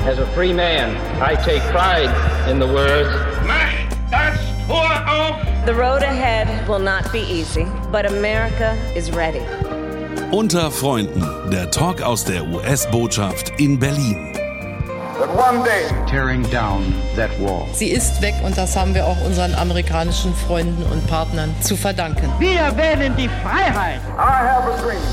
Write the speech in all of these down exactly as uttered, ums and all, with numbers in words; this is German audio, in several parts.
As a free man, I take pride in the words, Macht das Tor auf! The road ahead will not be easy, but America is ready. Unter Freunden, der Talk aus der U S-Botschaft in Berlin. That one day, tearing down that wall. Sie ist weg und das haben wir auch unseren amerikanischen Freunden und Partnern zu verdanken. Wir wählen die Freiheit. I have a dream.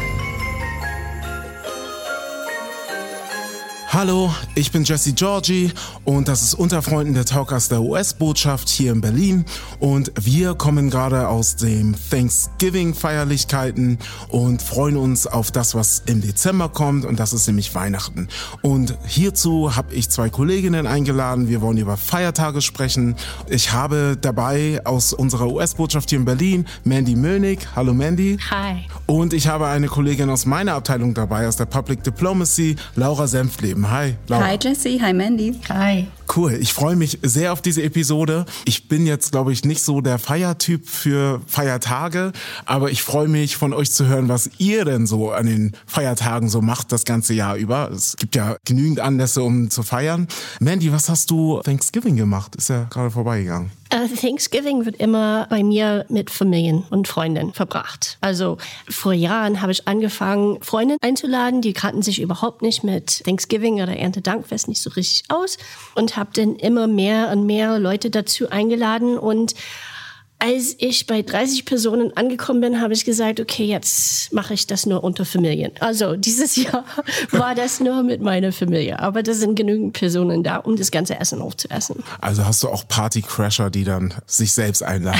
Hallo, ich bin Jesse Georgi und das ist Unter Freunden der Talk aus der U S-Botschaft hier in Berlin und wir kommen gerade aus den Thanksgiving-Feierlichkeiten und freuen uns auf das, was im Dezember kommt und das ist nämlich Weihnachten. Und hierzu habe ich zwei Kolleginnen eingeladen, wir wollen über Feiertage sprechen. Ich habe dabei aus unserer U S-Botschaft hier in Berlin Mandy Mönig. Hallo Mandy. Hi. Und ich habe eine Kollegin aus meiner Abteilung dabei, aus der Public Diplomacy, Laura Senftleben. Hi, Laura. Hi, Jessie. Hi, Mandy. Hi. Cool, ich freue mich sehr auf diese Episode. Ich bin jetzt, glaube ich, nicht so der Feiertyp für Feiertage, aber ich freue mich, von euch zu hören, was ihr denn so an den Feiertagen so macht das ganze Jahr über. Es gibt ja genügend Anlässe, um zu feiern. Mandy, was hast du Thanksgiving gemacht? Ist ja gerade vorbeigegangen. Uh, Thanksgiving wird immer bei mir mit Familien und Freunden verbracht. Also vor Jahren habe ich angefangen, Freunde einzuladen, die kannten sich überhaupt nicht mit Thanksgiving oder Erntedankfest nicht so richtig aus und habe dann immer mehr und mehr Leute dazu eingeladen und als ich bei dreißig Personen angekommen bin, habe ich gesagt, okay, jetzt mache ich das nur unter Familien. Also dieses Jahr war das nur mit meiner Familie. Aber da sind genügend Personen da, um das ganze Essen aufzuessen. Also hast du auch Partycrasher, die dann sich selbst einladen?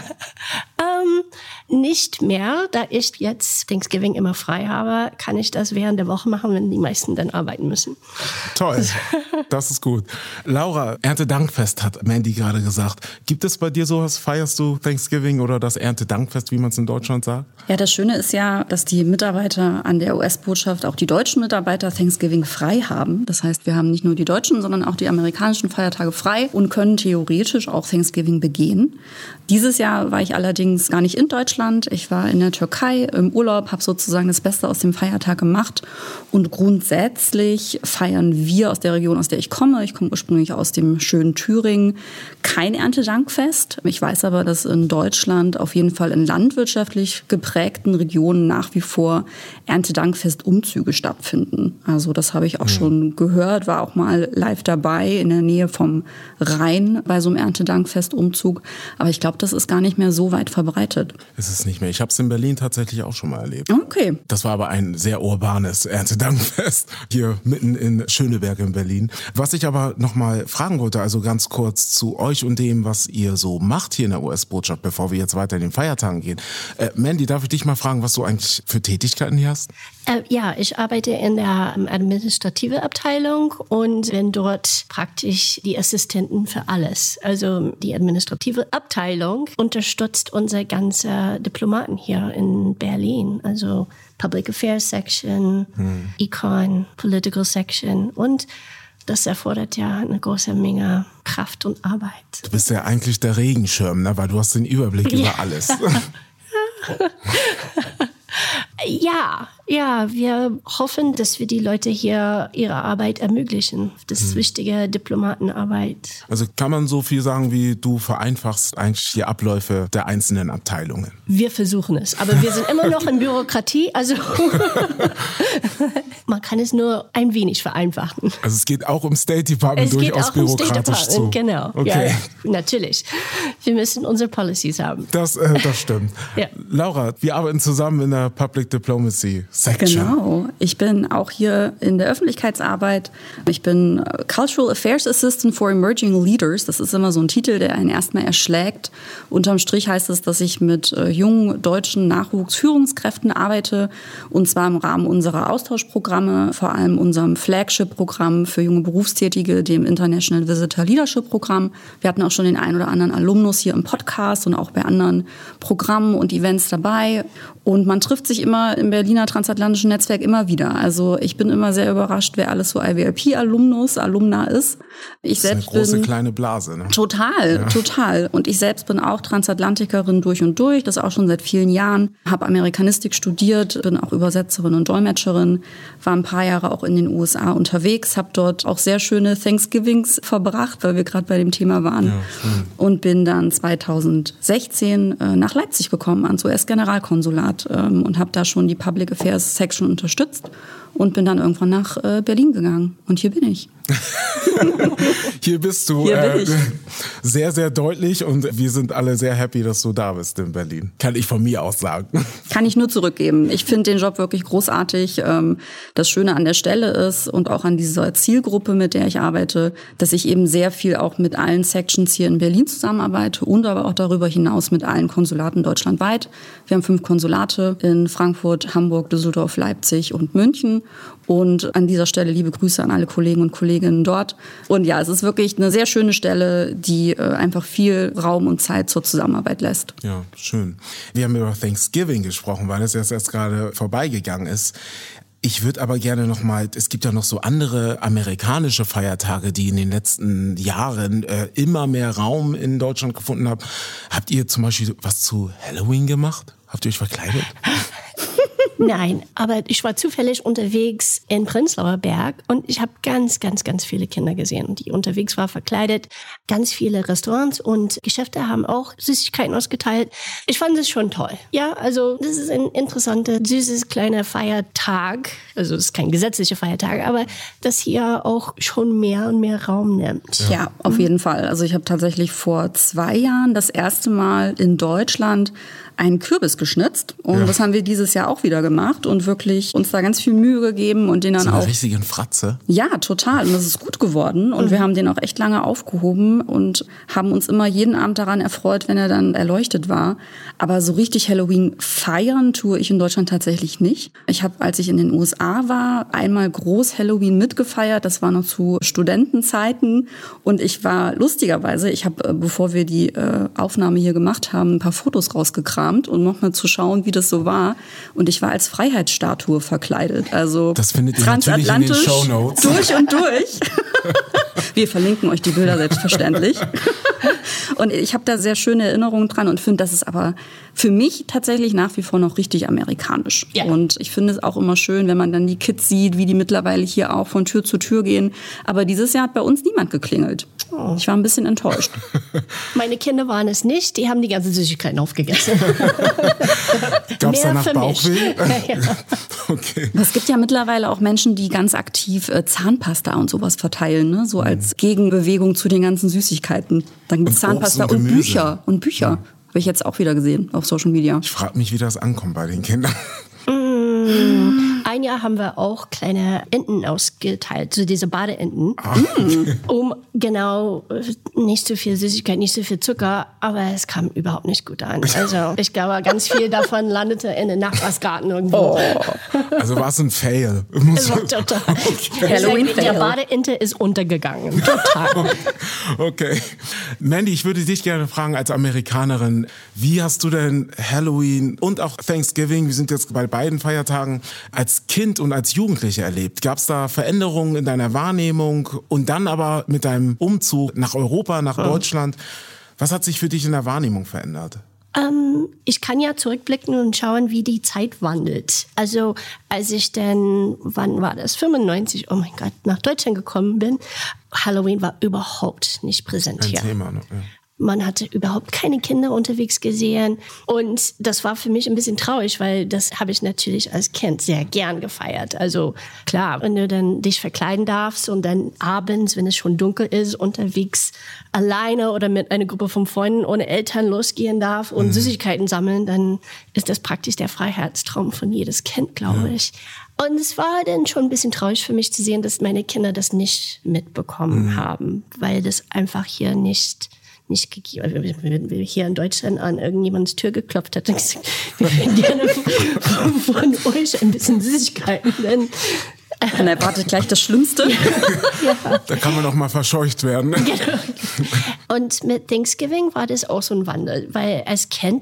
ähm, nicht mehr, da ich jetzt Thanksgiving immer frei habe, kann ich das während der Woche machen, wenn die meisten dann arbeiten müssen. Toll, das ist gut. Laura, Erntedankfest hat Mandy gerade gesagt. Gibt es bei dir sowas, feierst du Thanksgiving oder das Erntedankfest, wie man es in Deutschland sagt? Ja, das Schöne ist ja, dass die Mitarbeiter an der U S-Botschaft, auch die deutschen Mitarbeiter, Thanksgiving frei haben. Das heißt, wir haben nicht nur die deutschen, sondern auch die amerikanischen Feiertage frei und können theoretisch auch Thanksgiving begehen. Dieses Jahr war ich allerdings gar nicht in Deutschland. Ich war in der Türkei im Urlaub, habe sozusagen das Beste aus dem Feiertag gemacht. Und grundsätzlich feiern wir aus der Region, aus der ich komme, ich komme ursprünglich aus dem schönen Thüringen, kein Erntedankfest. Ich weiß aber, dass in Deutschland auf jeden Fall in landwirtschaftlich geprägten Regionen nach wie vor Erntedankfest-Umzüge stattfinden. Also das habe ich auch mhm. schon gehört, war auch mal live dabei in der Nähe vom Rhein bei so einem Erntedankfest-Umzug. Aber ich glaube, das ist gar nicht mehr so weit verbreitet. Ist es nicht mehr. Ich habe es in Berlin tatsächlich auch schon mal erlebt. Okay. Das war aber ein sehr urbanes Erntedankfest hier mitten in Schöneberg in Berlin. Was ich aber noch mal fragen wollte, also ganz kurz zu euch und dem, was ihr so macht hier in der U S-Botschaft, bevor wir jetzt weiter in den Feiertagen gehen. Äh, Mandy, darf ich dich mal fragen, was du eigentlich für Tätigkeiten hier hast? Äh, ja, ich arbeite in der ähm, administrative Abteilung und bin dort praktisch die Assistentin für alles. Also die administrative Abteilung unterstützt unsere ganze Diplomaten hier in Berlin. Also Public Affairs Section, hm. Econ, Political Section und das erfordert ja eine große Menge Kraft und Arbeit. Du bist ja eigentlich der Regenschirm, ne? Weil du hast den Überblick ja. über alles. Ja, ja, wir hoffen, dass wir die Leute hier ihre Arbeit ermöglichen. Das ist hm. wichtige Diplomatenarbeit. Also kann man so viel sagen, wie du vereinfachst eigentlich die Abläufe der einzelnen Abteilungen? Wir versuchen es, aber wir sind immer noch in Bürokratie, also man kann es nur ein wenig vereinfachen. Also es geht auch im State Department es durchaus geht auch bürokratisch im State Department, zu. Genau, okay. Ja, natürlich. Wir müssen unsere Policies haben. Das, äh, das stimmt. Ja. Laura, wir arbeiten zusammen in der Public Diplomacy Section. Genau. Ich bin auch hier in der Öffentlichkeitsarbeit. Ich bin Cultural Affairs Assistant for Emerging Leaders. Das ist immer so ein Titel, der einen erstmal erschlägt. Unterm Strich heißt es, dass ich mit äh, jungen deutschen Nachwuchsführungskräften arbeite. Und zwar im Rahmen unserer Austauschprogramme, vor allem unserem Flagship-Programm für junge Berufstätige, dem International Visitor Leadership Programm. Wir hatten auch schon den einen oder anderen Alumnus hier im Podcast und auch bei anderen Programmen und Events dabei. Und man trifft sich immer im Berliner Trans transatlantischen Netzwerk immer wieder. Also ich bin immer sehr überrascht, wer alles so I W L P-Alumnus, Alumna ist. Ich das ist selbst eine große bin, kleine Blase, ne? Total, ja. total. Und ich selbst bin auch Transatlantikerin durch und durch, das auch schon seit vielen Jahren. Habe Amerikanistik studiert, bin auch Übersetzerin und Dolmetscherin, war ein paar Jahre auch in den U S A unterwegs, habe dort auch sehr schöne Thanksgivings verbracht, weil wir gerade bei dem Thema waren. Ja, und bin dann zweitausendsechzehn äh, nach Leipzig gekommen, ans U S-Generalkonsulat ähm, und habe da schon die Public Affairs Section unterstützt und bin dann irgendwann nach äh, Berlin gegangen. Und hier bin ich. Hier bist du. Hier bin ich. Äh, sehr, sehr deutlich und wir sind alle sehr happy, dass du da bist in Berlin. Kann ich von mir aus sagen. Kann ich nur zurückgeben. Ich finde den Job wirklich großartig. Das Schöne an der Stelle ist und auch an dieser Zielgruppe, mit der ich arbeite, dass ich eben sehr viel auch mit allen Sections hier in Berlin zusammenarbeite und aber auch darüber hinaus mit allen Konsulaten deutschlandweit. Wir haben fünf Konsulate in Frankfurt, Hamburg, Düsseldorf, Leipzig und München. Und an dieser Stelle liebe Grüße an alle Kollegen und Kolleginnen dort. Und ja, es ist wirklich eine sehr schöne Stelle, die äh, einfach viel Raum und Zeit zur Zusammenarbeit lässt. Ja, schön. Wir haben über Thanksgiving gesprochen, weil es jetzt erst gerade vorbeigegangen ist. Ich würde aber gerne noch mal, es gibt ja noch so andere amerikanische Feiertage, die in den letzten Jahren äh, immer mehr Raum in Deutschland gefunden haben. Habt ihr zum Beispiel was zu Halloween gemacht? Habt ihr euch verkleidet? Nein, aber ich war zufällig unterwegs in Prenzlauer Berg und ich habe ganz, ganz, ganz viele Kinder gesehen, die unterwegs waren, verkleidet. Ganz viele Restaurants und Geschäfte haben auch Süßigkeiten ausgeteilt. Ich fand es schon toll. Ja, also das ist ein interessanter, süßes, kleiner Feiertag. Also es ist kein gesetzlicher Feiertag, aber das hier auch schon mehr und mehr Raum nimmt. Ja, ja auf jeden Fall. Also ich habe tatsächlich vor zwei Jahren das erste Mal in Deutschland einen Kürbis geschnitzt und ja. das haben wir dieses Jahr auch wieder gemacht und wirklich uns da ganz viel Mühe gegeben und den dann so eine auch... richtigen Fratze? Ja, total. Und das ist gut geworden und mhm. wir haben den auch echt lange aufgehoben und haben uns immer jeden Abend daran erfreut, wenn er dann erleuchtet war. Aber so richtig Halloween feiern tue ich in Deutschland tatsächlich nicht. Ich habe, als ich in den U S A war, einmal groß Halloween mitgefeiert. Das war noch zu Studentenzeiten und ich war lustigerweise, ich habe, bevor wir die äh, Aufnahme hier gemacht haben, ein paar Fotos rausgekramt, um nochmal zu schauen, wie das so war. Und ich war als Freiheitsstatue verkleidet. Also das findet ihr transatlantisch natürlich in den Shownotes. Durch und durch. Wir verlinken euch die Bilder selbstverständlich. Und ich habe da sehr schöne Erinnerungen dran und finde, das ist aber für mich tatsächlich nach wie vor noch richtig amerikanisch. Ja. Und ich finde es auch immer schön, wenn man dann die Kids sieht, wie die mittlerweile hier auch von Tür zu Tür gehen. Aber dieses Jahr hat bei uns niemand geklingelt. Oh. Ich war ein bisschen enttäuscht. Meine Kinder waren es nicht, die haben die ganzen Süßigkeiten aufgegessen. Gab es danach Bauchweh? Ja. Okay. Es gibt ja mittlerweile auch Menschen, die ganz aktiv äh, Zahnpasta und sowas verteilen, ne? So als Gegenbewegung zu den ganzen Süßigkeiten. Dann gibt es Zahnpasta und, und Bücher. Und Bücher. Ja. Habe ich jetzt auch wieder gesehen auf Social Media. Ich frage mich, wie das ankommt bei den Kindern. Mm. Ein Jahr haben wir auch kleine Enten ausgeteilt, so diese Badeenten, Ach. um genau nicht so viel Süßigkeit, nicht so viel Zucker, aber es kam überhaupt nicht gut an. Also ich glaube, ganz viel davon landete in den Nachbarsgarten irgendwo. Oh. Also war es ein Fail. Es war total. Okay. Halloween Fail. Der Badeente ist untergegangen. Total. Okay. Mandy, ich würde dich gerne fragen als Amerikanerin, wie hast du denn Halloween und auch Thanksgiving, wir sind jetzt bei beiden Feiertagen, als Kind und als Jugendliche erlebt? Gab es da Veränderungen in deiner Wahrnehmung und dann aber mit deinem Umzug nach Europa, nach Deutschland? Was hat sich für dich in der Wahrnehmung verändert? Ähm, ich kann ja zurückblicken und schauen, wie die Zeit wandelt. Also als ich dann, wann war das, fünfundneunzig, oh mein Gott, nach Deutschland gekommen bin, Halloween war überhaupt nicht präsent hier. Ein Thema, ne? Ja. Man hatte überhaupt keine Kinder unterwegs gesehen. Und das war für mich ein bisschen traurig, weil das habe ich natürlich als Kind sehr gern gefeiert. Also klar, wenn du dann dich verkleiden darfst und dann abends, wenn es schon dunkel ist, unterwegs alleine oder mit einer Gruppe von Freunden ohne Eltern losgehen darf und mhm. Süßigkeiten sammeln, dann ist das praktisch der Freiheitstraum von jedes Kind, glaube ja. ich. Und es war dann schon ein bisschen traurig für mich zu sehen, dass meine Kinder das nicht mitbekommen mhm. haben, weil das einfach hier nicht... nicht gegeben. Wenn wir hier in Deutschland an irgendjemands Tür geklopft hat und gesagt, wir hätten gerne von euch ein bisschen Süßigkeiten, denn man erwartet gleich das Schlimmste. Ja. Da kann man auch mal verscheucht werden. Genau. Und mit Thanksgiving war das auch so ein Wandel, weil als Kind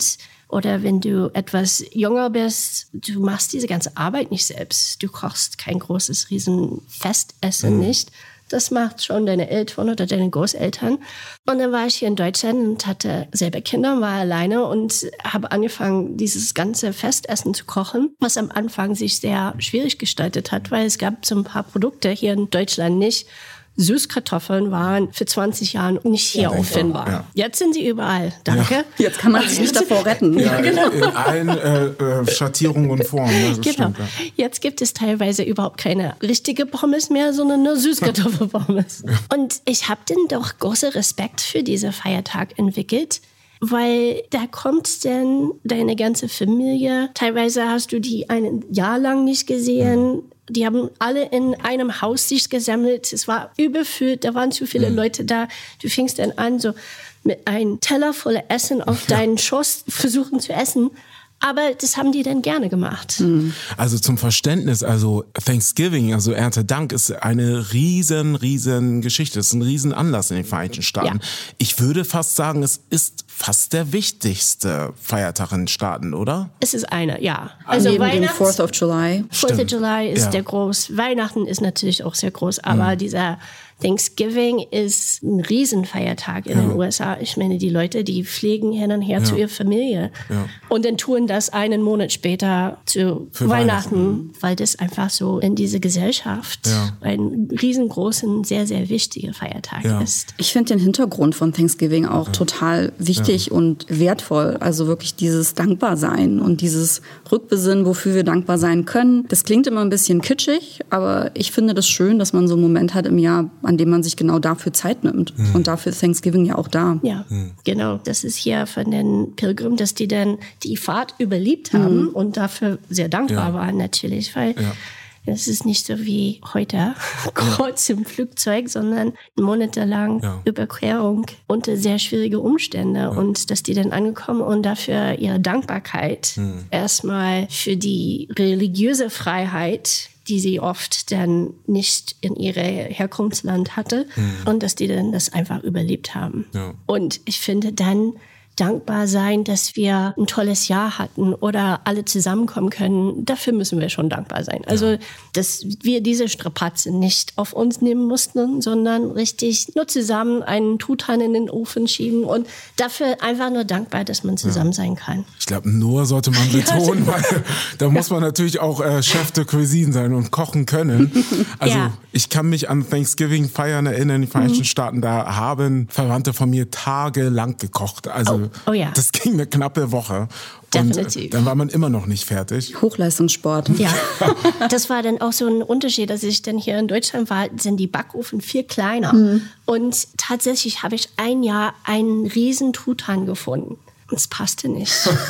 Oder wenn du etwas jünger bist, du machst diese ganze Arbeit nicht selbst. Du kochst kein großes Riesenfestessen mhm. nicht. Das macht schon deine Eltern oder deine Großeltern. Und dann war ich hier in Deutschland und hatte selber Kinder, war alleine und habe angefangen, dieses ganze Festessen zu kochen, was am Anfang sich sehr schwierig gestaltet hat, weil es gab so ein paar Produkte hier in Deutschland nicht. Süßkartoffeln waren für zwanzig Jahre nicht hier ja, auffindbar. Ja. Jetzt sind sie überall. Danke. Ja. Jetzt kann man sich nicht davor retten. Ja, genau. In allen äh, äh, Schattierungen und Formen. Das genau. Stimmt, ja. Jetzt gibt es teilweise überhaupt keine richtige Pommes mehr, sondern nur Süßkartoffelpommes. Ja. Und ich habe dann doch großen Respekt für diesen Feiertag entwickelt. Weil da kommt dann deine ganze Familie. Teilweise hast du die ein Jahr lang nicht gesehen. Die haben alle in einem Haus sich gesammelt. Es war überfüllt, da waren zu viele mhm. Leute da. Du fängst dann an, so mit einem Teller voller Essen auf deinen Schoß versuchen zu essen. Aber das haben die dann gerne gemacht. Also zum Verständnis, also Thanksgiving, also Erntedank ist eine riesen, riesen Geschichte. Es ist ein riesen Anlass in den Vereinigten Staaten. Ja. Ich würde fast sagen, es ist fast der wichtigste Feiertag in den Staaten, oder? Es ist einer, ja. Also neben dem Fourth of July. Fourth of July ist ja. der groß. Weihnachten ist natürlich auch sehr groß, aber mhm. dieser Thanksgiving ist ein Riesenfeiertag in ja. den U S A. Ich meine, die Leute, die fliegen hin und her ja. zu ihrer Familie ja. und dann tun das einen Monat später zu Für Weihnachten, Weihnachten, weil das einfach so in dieser Gesellschaft ja. ein riesengroßen, sehr, sehr wichtiger Feiertag ja. ist. Ich finde den Hintergrund von Thanksgiving auch ja. total wichtig ja. und wertvoll. Also wirklich dieses Dankbarsein und dieses Rückbesinnen, wofür wir dankbar sein können. Das klingt immer ein bisschen kitschig, aber ich finde das schön, dass man so einen Moment hat im Jahr, an dem man sich genau dafür Zeit nimmt. Mhm. Und dafür ist Thanksgiving ja auch da. Ja, mhm. genau. Das ist hier von den Pilgrimen, dass die dann die Fahrt überlebt haben mhm. und dafür sehr dankbar ja. waren natürlich, weil ja. es ist nicht so wie heute, kurz im Flugzeug, sondern monatelang ja. Überquerung unter sehr schwierige Umstände ja. und dass die dann angekommen und dafür ihre Dankbarkeit mhm. erstmal für die religiöse Freiheit, die sie oft dann nicht in ihre Herkunftsland hatte mhm. und dass die dann das einfach überlebt haben. Ja. Und ich finde dann dankbar sein, dass wir ein tolles Jahr hatten oder alle zusammenkommen können, dafür müssen wir schon dankbar sein. Also, ja. dass wir diese Strapazen nicht auf uns nehmen mussten, sondern richtig nur zusammen einen Truthahn in den Ofen schieben und dafür einfach nur dankbar, dass man zusammen ja. sein kann. Ich glaube, nur sollte man betonen, weil da muss man natürlich auch äh, Chef de Cuisine sein und kochen können. Also, ja. ich kann mich an Thanksgiving-Feiern erinnern, in den Vereinigten mhm. Staaten, da haben Verwandte von mir tagelang gekocht. Also, Oh. Oh ja. Das ging eine knappe Woche. Definitiv. Und dann war man immer noch nicht fertig. Hochleistungssport. Ja, das war dann auch so ein Unterschied, als ich dann hier in Deutschland war, sind die Backofen viel kleiner. Mhm. Und tatsächlich habe ich ein Jahr einen riesen Truthahn gefunden. Und es passte nicht.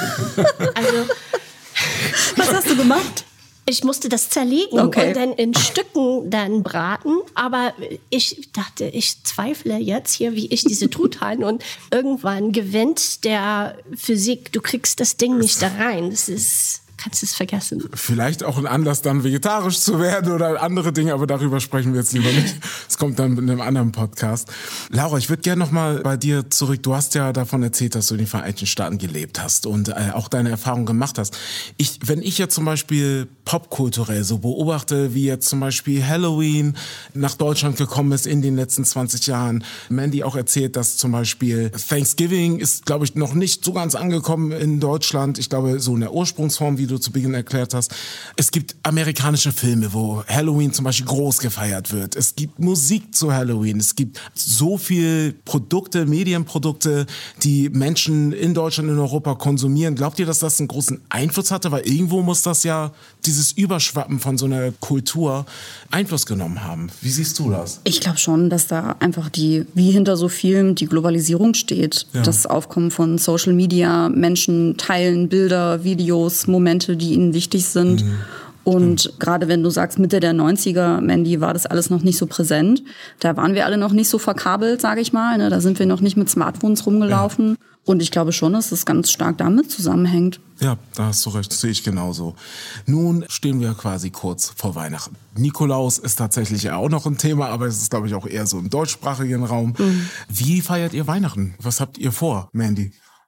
Also, was hast du gemacht? Ich musste das zerlegen okay. und dann in Stücken dann braten. Aber ich dachte, ich zweifle jetzt hier, wie ich diese Truthahn und irgendwann gewinnt der Physik, du kriegst das Ding nicht da rein. Das ist... kannst es vergessen. Vielleicht auch ein Anlass, dann vegetarisch zu werden oder andere Dinge, aber darüber sprechen wir jetzt lieber nicht. Es kommt dann in einem anderen Podcast. Laura, ich würde gerne noch mal bei dir zurück. Du hast ja davon erzählt, dass du in den Vereinigten Staaten gelebt hast und äh, auch deine Erfahrungen gemacht hast. Ich, wenn ich jetzt zum Beispiel popkulturell so beobachte, wie jetzt zum Beispiel Halloween nach Deutschland gekommen ist in den letzten zwanzig Jahren. Mandy auch erzählt, dass zum Beispiel Thanksgiving ist, glaube ich, noch nicht so ganz angekommen in Deutschland. Ich glaube, so in der Ursprungsform, wie du zu Beginn erklärt hast. Es gibt amerikanische Filme, wo Halloween zum Beispiel groß gefeiert wird. Es gibt Musik zu Halloween. Es gibt so viel Produkte, Medienprodukte, die Menschen in Deutschland, in Europa konsumieren. Glaubt ihr, dass das einen großen Einfluss hatte? Weil irgendwo muss das ja dieses Überschwappen von so einer Kultur Einfluss genommen haben. Wie siehst du das? Ich glaube schon, dass da einfach die, wie hinter so vielem, die Globalisierung steht. Ja. Das Aufkommen von Social Media, Menschen teilen Bilder, Videos, Momente, die ihnen wichtig sind. Mhm. Und mhm. gerade wenn du sagst, Mitte der neunziger, Mandy, war das alles noch nicht so präsent. Da waren wir alle noch nicht so verkabelt, sage ich mal. Ne? Da sind wir noch nicht mit Smartphones rumgelaufen. Ja. Und ich glaube schon, dass das ganz stark damit zusammenhängt. Ja, da hast du recht, das sehe ich genauso. Nun stehen wir quasi kurz vor Weihnachten. Nikolaus ist tatsächlich auch noch ein Thema, aber es ist, glaube ich, auch eher so im deutschsprachigen Raum. Mhm. Wie feiert ihr Weihnachten? Was habt ihr vor, Mandy?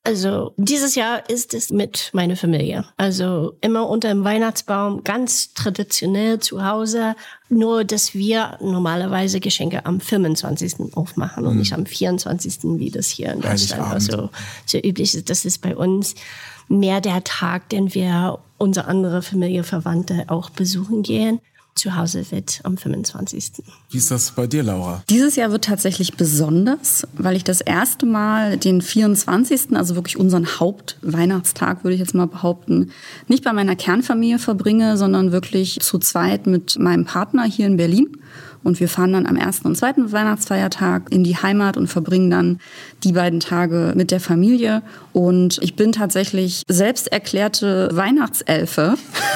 Also dieses Jahr ist es mit meiner Familie. Also immer unter dem Weihnachtsbaum, ganz traditionell zu Hause. Nur, dass wir normalerweise Geschenke am fünfundzwanzigsten aufmachen und mhm. nicht am vierundzwanzigsten wie das hier in Deutschland also so üblich ist. Das ist bei uns mehr der Tag, den wir unsere andere Familie, Verwandte auch besuchen gehen. Zu Hause wird am fünfundzwanzigsten Wie ist das bei dir, Laura? Dieses Jahr wird tatsächlich besonders, weil ich das erste Mal den vierundzwanzigsten, also wirklich unseren Hauptweihnachtstag, würde ich jetzt mal behaupten, nicht bei meiner Kernfamilie verbringe, sondern wirklich zu zweit mit meinem Partner hier in Berlin. Und wir fahren dann am ersten und zweiten Weihnachtsfeiertag in die Heimat und verbringen dann die beiden Tage mit der Familie. Und ich bin tatsächlich selbst erklärte Weihnachtselfe,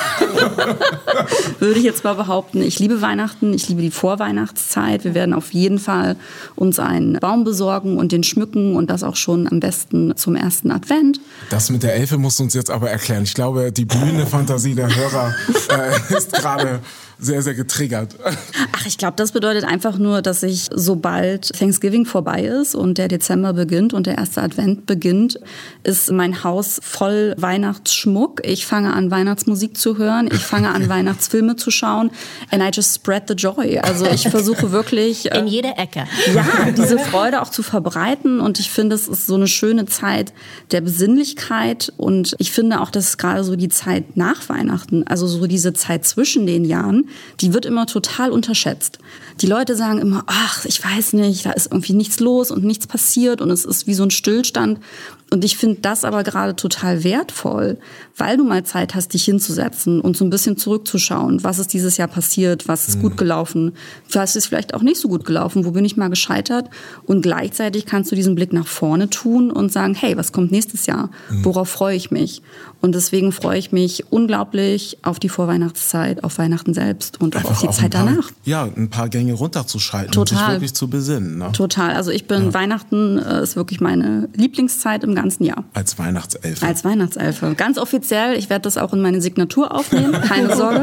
würde ich jetzt mal behaupten. Ich liebe Weihnachten, ich liebe die Vorweihnachtszeit. Wir werden auf jeden Fall uns einen Baum besorgen und den schmücken und das auch schon am besten zum ersten Advent. Das mit der Elfe musst du uns jetzt aber erklären. Ich glaube, die blühende Fantasie der Hörer äh, ist gerade sehr, sehr getriggert. Ach, ich glaube, das bedeutet einfach nur, dass ich, sobald Thanksgiving vorbei ist und der Dezember beginnt und der erste Advent beginnt, ist mein Haus voll Weihnachtsschmuck. Ich fange an, Weihnachtsmusik zu hören. Ich fange an, Weihnachtsfilme zu schauen. And I just spread the joy. Also ich versuche wirklich... In jeder Ecke. Ja, diese Freude auch zu verbreiten. Und ich finde, es ist so eine schöne Zeit der Besinnlichkeit. Und ich finde auch, dass gerade so die Zeit nach Weihnachten, also so diese Zeit zwischen den Jahren, die wird immer total unterschätzt. Die Leute sagen immer, ach, ich weiß nicht, da ist irgendwie nichts los und nichts passiert und es ist wie so ein Stillstand. Und ich finde das aber gerade total wertvoll, weil du mal Zeit hast, dich hinzusetzen und so ein bisschen zurückzuschauen. Was ist dieses Jahr passiert? Was ist mhm. gut gelaufen? Was ist vielleicht auch nicht so gut gelaufen? Wo bin ich mal gescheitert? Und gleichzeitig kannst du diesen Blick nach vorne tun und sagen, hey, was kommt nächstes Jahr? Mhm. Worauf freue ich mich? Und deswegen freue ich mich unglaublich auf die Vorweihnachtszeit, auf Weihnachten selbst und auch auf die auch Zeit paar, danach. Ja, ein paar Gänge runterzuschalten Total. und sich wirklich zu besinnen. Ne? Total. Also ich bin, ja. Weihnachten äh, ist wirklich meine Lieblingszeit im ganzen Jahr. Als Weihnachtselfe. Als Weihnachtselfe. Ganz offiziell. Ich werde das auch in meine Signatur aufnehmen. Keine Sorge.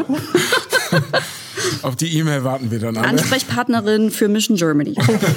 Auf die E-Mail warten wir dann alle. Ansprechpartnerin für Mission Germany.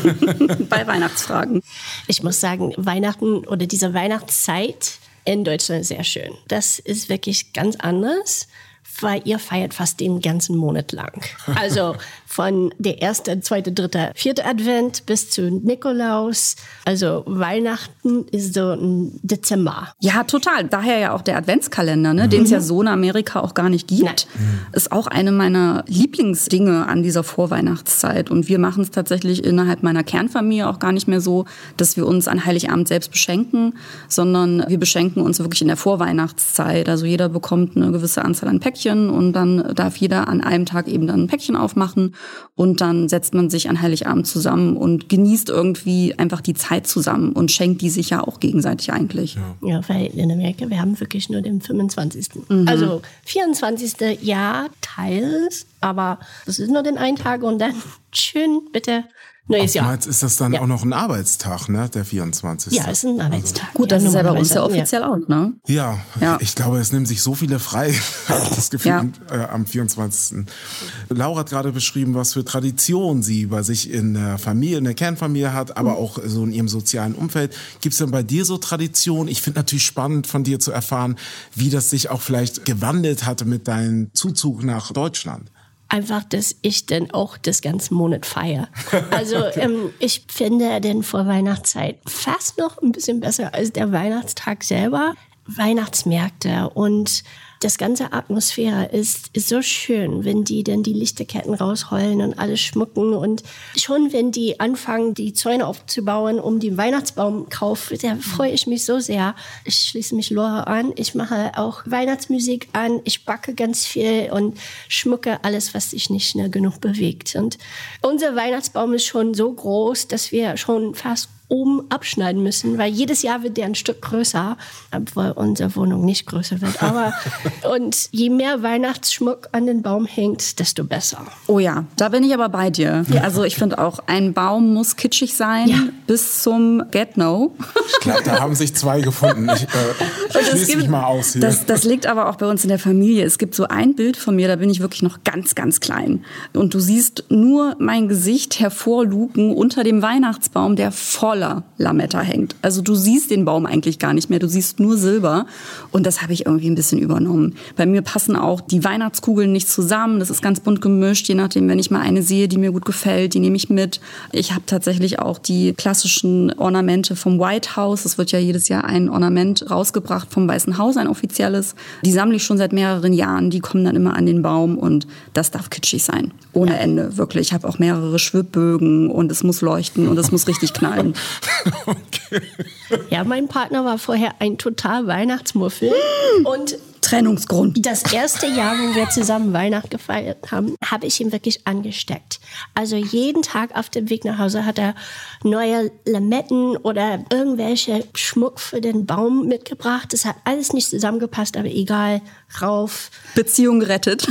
Bei Weihnachtsfragen. Ich muss sagen, Weihnachten oder diese Weihnachtszeit in Deutschland ist sehr schön. Das ist wirklich ganz anders, weil ihr feiert fast den ganzen Monat lang. Also von der erste, zweite, dritte, vierte Advent bis zu Nikolaus. Also Weihnachten ist so ein Dezember. Ja, total. Daher ja auch der Adventskalender, ne? Mhm. Den es ja so in Amerika auch gar nicht gibt. Nein. Ist auch eine meiner Lieblingsdinge an dieser Vorweihnachtszeit. Und wir machen es tatsächlich innerhalb meiner Kernfamilie auch gar nicht mehr so, dass wir uns an Heiligabend selbst beschenken, sondern wir beschenken uns wirklich in der Vorweihnachtszeit. Also jeder bekommt eine gewisse Anzahl an Päckchen und dann darf jeder an einem Tag eben dann ein Päckchen aufmachen. Und dann setzt man sich an Heiligabend zusammen und genießt irgendwie einfach die Zeit zusammen und schenkt die sich ja auch gegenseitig eigentlich. Ja, ja, weil in Amerika, wir haben wirklich nur den fünfundzwanzigsten Mhm. Also vierundzwanzigsten ja, teils, aber das ist nur den einen Tag und dann schön bitte neues Jahr. Oftmals ist das dann ja. auch noch ein Arbeitstag, ne, der vierundzwanzigste Ja, ist ein Arbeitstag. Also, gut, das ja, ist ja bei uns ja offiziell auch, ne? Ja, ja, ich glaube, es nehmen sich so viele frei, habe ich das Gefühl, ja. äh, am vierundzwanzigsten Laura hat gerade beschrieben, was für Tradition sie bei sich in der Familie, in der Kernfamilie hat, aber mhm. auch so in ihrem sozialen Umfeld. Gibt es denn bei dir so Tradition? Ich finde natürlich spannend, von dir zu erfahren, wie das sich auch vielleicht gewandelt hatte mit deinem Zuzug nach Deutschland. Einfach, dass ich dann auch das ganze Monat feiere. Also ähm, ich finde den Vorweihnachtszeit fast noch ein bisschen besser als der Weihnachtstag selber. Weihnachtsmärkte und das ganze Atmosphäre ist, ist so schön, wenn die dann die Lichterketten rausrollen und alles schmucken und schon wenn die anfangen, die Zäune aufzubauen, um den Weihnachtsbaum kaufen, da freue ich mich so sehr. Ich schließe mich Laura an, ich mache auch Weihnachtsmusik an, ich backe ganz viel und schmucke alles, was sich nicht schnell genug bewegt. Und unser Weihnachtsbaum ist schon so groß, dass wir schon fast oben abschneiden müssen, weil jedes Jahr wird der ein Stück größer, obwohl unsere Wohnung nicht größer wird. Aber und je mehr Weihnachtsschmuck an den Baum hängt, desto besser. Oh ja, da bin ich aber bei dir. Ja. Also ich finde auch, ein Baum muss kitschig sein, ja. bis zum Get-No. Ich glaube, da haben sich zwei gefunden. Ich äh, schließe mich mal aus hier. Das, das liegt aber auch bei uns in der Familie. Es gibt so ein Bild von mir, da bin ich wirklich noch ganz, ganz klein. Und du siehst nur mein Gesicht hervorluken unter dem Weihnachtsbaum, der voll voller Lametta hängt. Also du siehst den Baum eigentlich gar nicht mehr, du siehst nur Silber und das habe ich irgendwie ein bisschen übernommen. Bei mir passen auch die Weihnachtskugeln nicht zusammen, das ist ganz bunt gemischt, je nachdem, wenn ich mal eine sehe, die mir gut gefällt, die nehme ich mit. Ich habe tatsächlich auch die klassischen Ornamente vom White House, es wird ja jedes Jahr ein Ornament rausgebracht vom Weißen Haus, ein offizielles. Die sammle ich schon seit mehreren Jahren, die kommen dann immer an den Baum und das darf kitschig sein, ohne Ende, wirklich. Ich habe auch mehrere Schwibbögen und es muss leuchten und es muss richtig knallen. Okay. Ja, mein Partner war vorher ein total Weihnachtsmuffel und Trennungsgrund. Das erste Jahr, wo wir zusammen Weihnachten gefeiert haben, habe ich ihn wirklich angesteckt. Also jeden Tag auf dem Weg nach Hause hat er neue Lametten oder irgendwelche Schmuck für den Baum mitgebracht. Das hat alles nicht zusammengepasst, aber egal, rauf. Beziehung gerettet.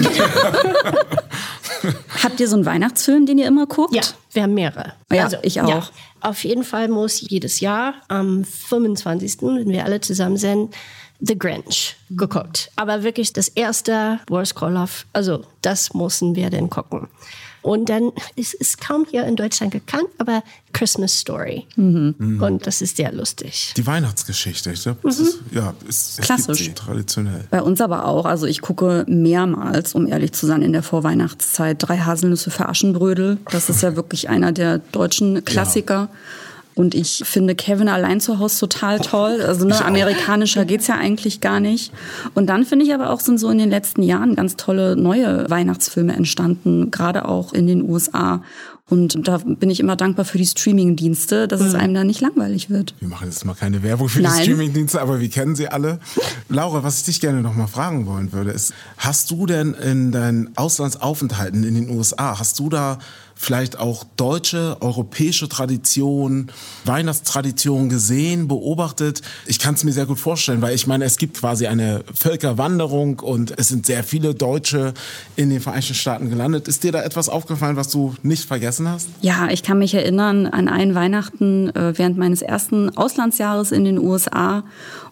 Habt ihr so einen Weihnachtsfilm, den ihr immer guckt? Ja, wir haben mehrere. Ja, also, ich auch. Ja, auf jeden Fall muss jedes Jahr am fünfundzwanzigsten, wenn wir alle zusammen sind, The Grinch geguckt. Aber wirklich das erste, Boris Karloff, also das mussten wir dann gucken. Und dann ist es kaum hier in Deutschland gekannt, aber Christmas Story. Mhm. Mhm. Und das ist sehr lustig. Die Weihnachtsgeschichte, ich glaube, das mhm. ist, ja, ist klassisch, traditionell. Bei uns aber auch. Also ich gucke mehrmals, um ehrlich zu sein, in der Vorweihnachtszeit Drei Haselnüsse für Aschenbrödel. Das ist ja wirklich einer der deutschen Klassiker. Ja. Und ich finde Kevin allein zu Hause total toll. Also ne, amerikanischer geht's ja eigentlich gar nicht. Und dann finde ich aber auch, sind so in den letzten Jahren ganz tolle neue Weihnachtsfilme entstanden, gerade auch in den U S A. Und da bin ich immer dankbar für die Streaming-Dienste, dass mhm. es einem da nicht langweilig wird. Wir machen jetzt mal keine Werbung für Nein. die Streaming-Dienste, aber wir kennen sie alle. Laura, was ich dich gerne noch mal fragen wollen würde, ist, hast du denn in deinen Auslandsaufenthalten in den U S A, hast du da vielleicht auch deutsche, europäische Traditionen, Weihnachtstraditionen gesehen, beobachtet? Ich kann es mir sehr gut vorstellen, weil ich meine, es gibt quasi eine Völkerwanderung und es sind sehr viele Deutsche in den Vereinigten Staaten gelandet. Ist dir da etwas aufgefallen, was du nicht vergessen hast? Ja, ich kann mich erinnern an einen Weihnachten äh, während meines ersten Auslandsjahres in den U S A.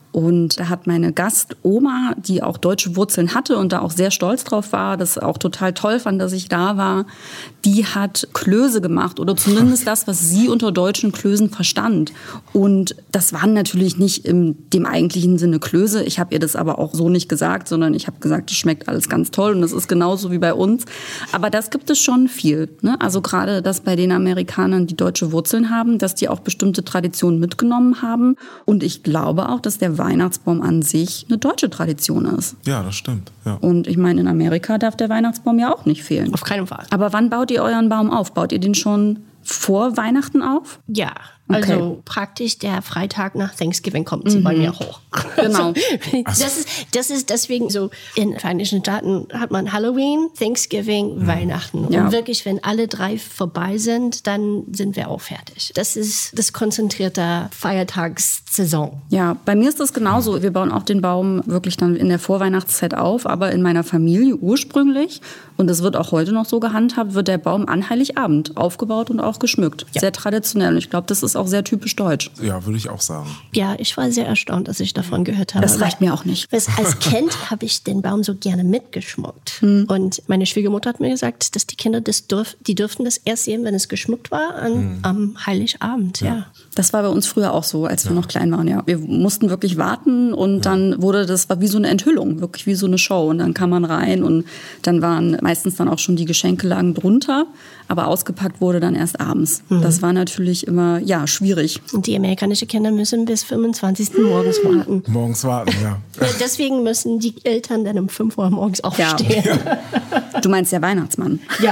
Und da hat meine Gastoma, die auch deutsche Wurzeln hatte und da auch sehr stolz drauf war, das auch total toll fand, dass ich da war, die hat Klöße gemacht oder zumindest das, was sie unter deutschen Klößen verstand. Und das waren natürlich nicht in dem eigentlichen Sinne Klöße. Ich habe ihr das aber auch so nicht gesagt, sondern ich habe gesagt, es schmeckt alles ganz toll und das ist genauso wie bei uns. Aber das gibt es schon viel. Ne? Also gerade, dass bei den Amerikanern, die deutsche Wurzeln haben, dass die auch bestimmte Traditionen mitgenommen haben. Und ich glaube auch, dass der Weihnachtsbaum an sich eine deutsche Tradition ist. Ja, das stimmt. Ja. Und ich meine, in Amerika darf der Weihnachtsbaum ja auch nicht fehlen. Auf keinen Fall. Aber wann baut ihr euren Baum auf? Baut ihr den schon vor Weihnachten auf? Ja, also okay. praktisch der Freitag nach Thanksgiving kommt sie mhm. bei mir hoch. Genau. Also, das, ist, das ist deswegen so, in den Vereinigten Staaten hat man Halloween, Thanksgiving, mhm. Weihnachten. Ja. Und wirklich, wenn alle drei vorbei sind, dann sind wir auch fertig. Das ist das konzentrierte Feiertagssaison. Ja, bei mir ist das genauso. Wir bauen auch den Baum wirklich dann in der Vorweihnachtszeit auf, aber in meiner Familie ursprünglich, und das wird auch heute noch so gehandhabt, wird der Baum an Heiligabend aufgebaut und auch geschmückt. Ja. Sehr traditionell. Und ich glaube, das ist auch sehr typisch deutsch. Ja, würde ich auch sagen. Ja, ich war sehr erstaunt, dass ich davon gehört habe. Das reicht mir auch nicht. Als Kind habe ich den Baum so gerne mitgeschmückt. Hm. Und meine Schwiegermutter hat mir gesagt, dass die Kinder das dürf, die dürften das erst sehen, wenn es geschmückt war, an, hm. am Heiligabend. Ja. Ja. Das war bei uns früher auch so, als wir ja. noch klein waren. Ja. Wir mussten wirklich warten und ja. dann wurde das war wie so eine Enthüllung, wirklich wie so eine Show. Und dann kam man rein und dann waren meistens dann auch schon die Geschenke lagen drunter, aber ausgepackt wurde dann erst abends. Mhm. Das war natürlich immer, ja, schwierig. Und die amerikanischen Kinder müssen bis fünfundzwanzigsten morgens warten. Morgens warten, ja. Deswegen müssen die Eltern dann um fünf Uhr morgens aufstehen. Ja. Du meinst der Weihnachtsmann. Ja.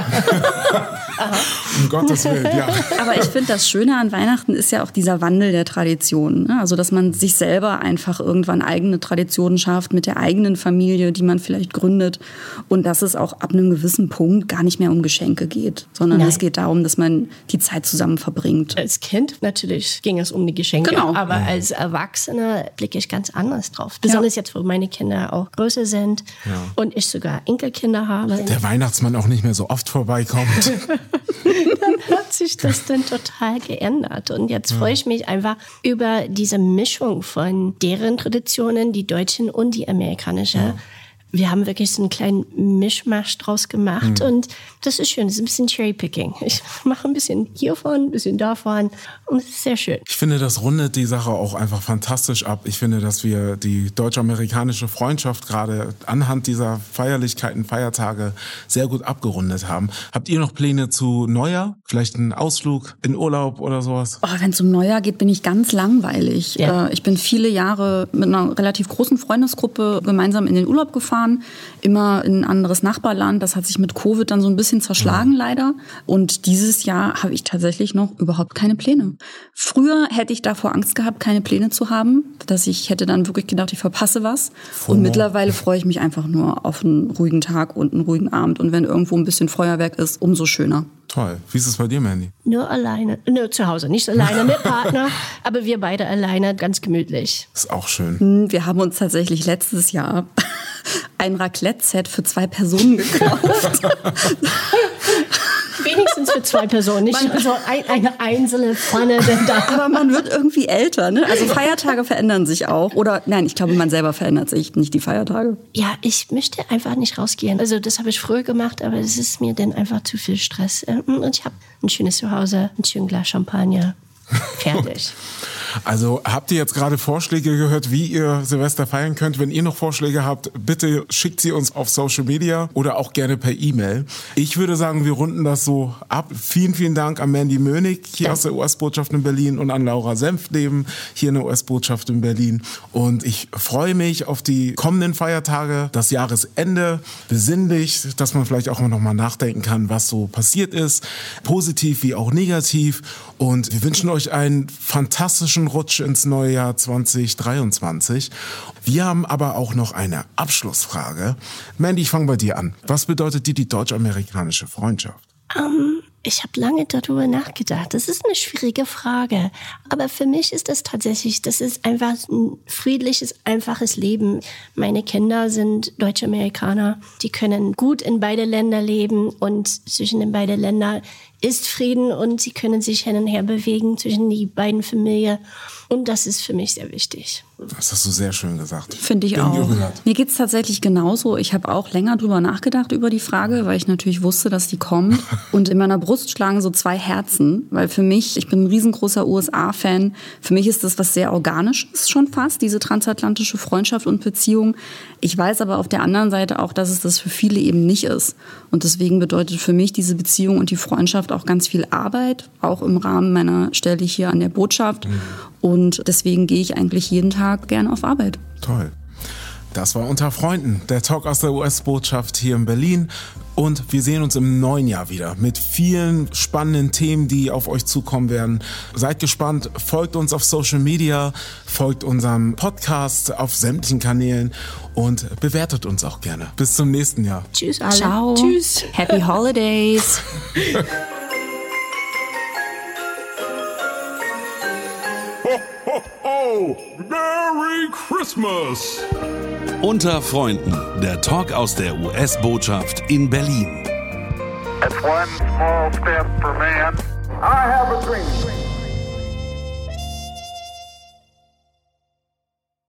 Um Gottes Willen, ja. Aber ich finde, das Schöne an Weihnachten ist ja auch dieser Wandel der Traditionen. Ne? Also, dass man sich selber einfach irgendwann eigene Traditionen schafft mit der eigenen Familie, die man vielleicht gründet. Und dass es auch ab einem gewissen Punkt gar nicht mehr um Geschenke geht, sondern Nein. es geht darum, dass man die Zeit zusammen verbringt. Als Kind natürlich ging es um die Geschenke, genau. aber ja. als Erwachsener blicke ich ganz anders drauf. Besonders ja. jetzt, wo meine Kinder auch größer sind ja. und ich sogar Enkelkinder habe. Der Weihnachtsmann auch nicht mehr so oft vorbeikommt. Dann hat sich das dann total geändert. Und jetzt ja. freue ich mich einfach über diese Mischung von deren Traditionen, die deutschen und die amerikanischen. Ja. wir haben wirklich so einen kleinen Mischmasch draus gemacht mhm. und das ist schön, das ist ein bisschen Cherrypicking. Ich mache ein bisschen hiervon, ein bisschen davon und es ist sehr schön. Ich finde, das rundet die Sache auch einfach fantastisch ab. Ich finde, dass wir die deutsch-amerikanische Freundschaft gerade anhand dieser Feierlichkeiten, Feiertage sehr gut abgerundet haben. Habt ihr noch Pläne zu Neujahr? Vielleicht einen Ausflug in Urlaub oder sowas? Oh, wenn es um Neujahr geht, bin ich ganz langweilig. Ja. Ich bin viele Jahre mit einer relativ großen Freundesgruppe gemeinsam in den Urlaub gefahren, immer in ein anderes Nachbarland. Das hat sich mit Covid dann so ein bisschen zerschlagen, ja. leider. Und dieses Jahr habe ich tatsächlich noch überhaupt keine Pläne. Früher hätte ich davor Angst gehabt, keine Pläne zu haben, dass ich hätte dann wirklich gedacht, ich verpasse was. Und mittlerweile freue ich mich einfach nur auf einen ruhigen Tag und einen ruhigen Abend. Und wenn irgendwo ein bisschen Feuerwerk ist, umso schöner. Toll. Wie ist es bei dir, Mandy? Nur alleine. Nur zu Hause. Nicht alleine mit Partner, aber wir beide alleine, ganz gemütlich. Ist auch schön. Wir haben uns tatsächlich letztes Jahr ein Raclette-Set für zwei Personen gekauft. Wenigstens für zwei Personen, nicht man, so ein, eine einzelne Pfanne. Denn da. Aber man wird irgendwie älter, ne? Also Feiertage verändern sich auch. Oder nein, ich glaube, man selber verändert sich, nicht die Feiertage. Ja, ich möchte einfach nicht rausgehen. Also das habe ich früher gemacht, aber es ist mir dann einfach zu viel Stress. Und ich habe ein schönes Zuhause, ein schönes Glas Champagner. Fertig. Also habt ihr jetzt gerade Vorschläge gehört, wie ihr Silvester feiern könnt? Wenn ihr noch Vorschläge habt, bitte schickt sie uns auf Social Media oder auch gerne per E-Mail. Ich würde sagen, wir runden das so ab. Vielen, vielen Dank an Mandy Mönig hier ja. aus der U S-Botschaft in Berlin und an Laura Senftleben hier in der U S-Botschaft in Berlin. Und ich freue mich auf die kommenden Feiertage, das Jahresende, besinnlich, dass man vielleicht auch noch mal nachdenken kann, was so passiert ist, positiv wie auch negativ. Und wir wünschen euch einen fantastischen Rutsch ins neue Jahr zwanzig dreiundzwanzig. Wir haben aber auch noch eine Abschlussfrage. Mandy, ich fange bei dir an. Was bedeutet dir die deutsch-amerikanische Freundschaft? Um, ich habe lange darüber nachgedacht. Das ist eine schwierige Frage. Aber für mich ist das tatsächlich, das ist einfach ein friedliches, einfaches Leben. Meine Kinder sind Deutsch-Amerikaner. Die können gut in beide Länder leben und zwischen den beiden Ländern ist Frieden und sie können sich hin und her bewegen zwischen die beiden Familien. Und das ist für mich sehr wichtig. Das hast du sehr schön gesagt. Finde ich auch. Mir geht es tatsächlich genauso. Ich habe auch länger drüber nachgedacht über die Frage, weil ich natürlich wusste, dass die kommt. Und in meiner Brust schlagen so zwei Herzen. Weil für mich, ich bin ein riesengroßer U S A-Fan, für mich ist das was sehr Organisches schon fast, diese transatlantische Freundschaft und Beziehung. Ich weiß aber auf der anderen Seite auch, dass es das für viele eben nicht ist. Und deswegen bedeutet für mich diese Beziehung und die Freundschaft auch ganz viel Arbeit, auch im Rahmen meiner Stelle hier an der Botschaft. Mhm. Und deswegen gehe ich eigentlich jeden Tag gerne auf Arbeit. Toll. Das war Unter Freunden, der Talk aus der U S-Botschaft hier in Berlin. Und wir sehen uns im neuen Jahr wieder mit vielen spannenden Themen, die auf euch zukommen werden. Seid gespannt, folgt uns auf Social Media, folgt unserem Podcast auf sämtlichen Kanälen und bewertet uns auch gerne. Bis zum nächsten Jahr. Tschüss alle. Ciao. Tschüss. Happy Holidays. Oh, Merry Christmas! Unter Freunden, der Talk aus der U S-Botschaft in Berlin. That's one small step for man. I have a dream.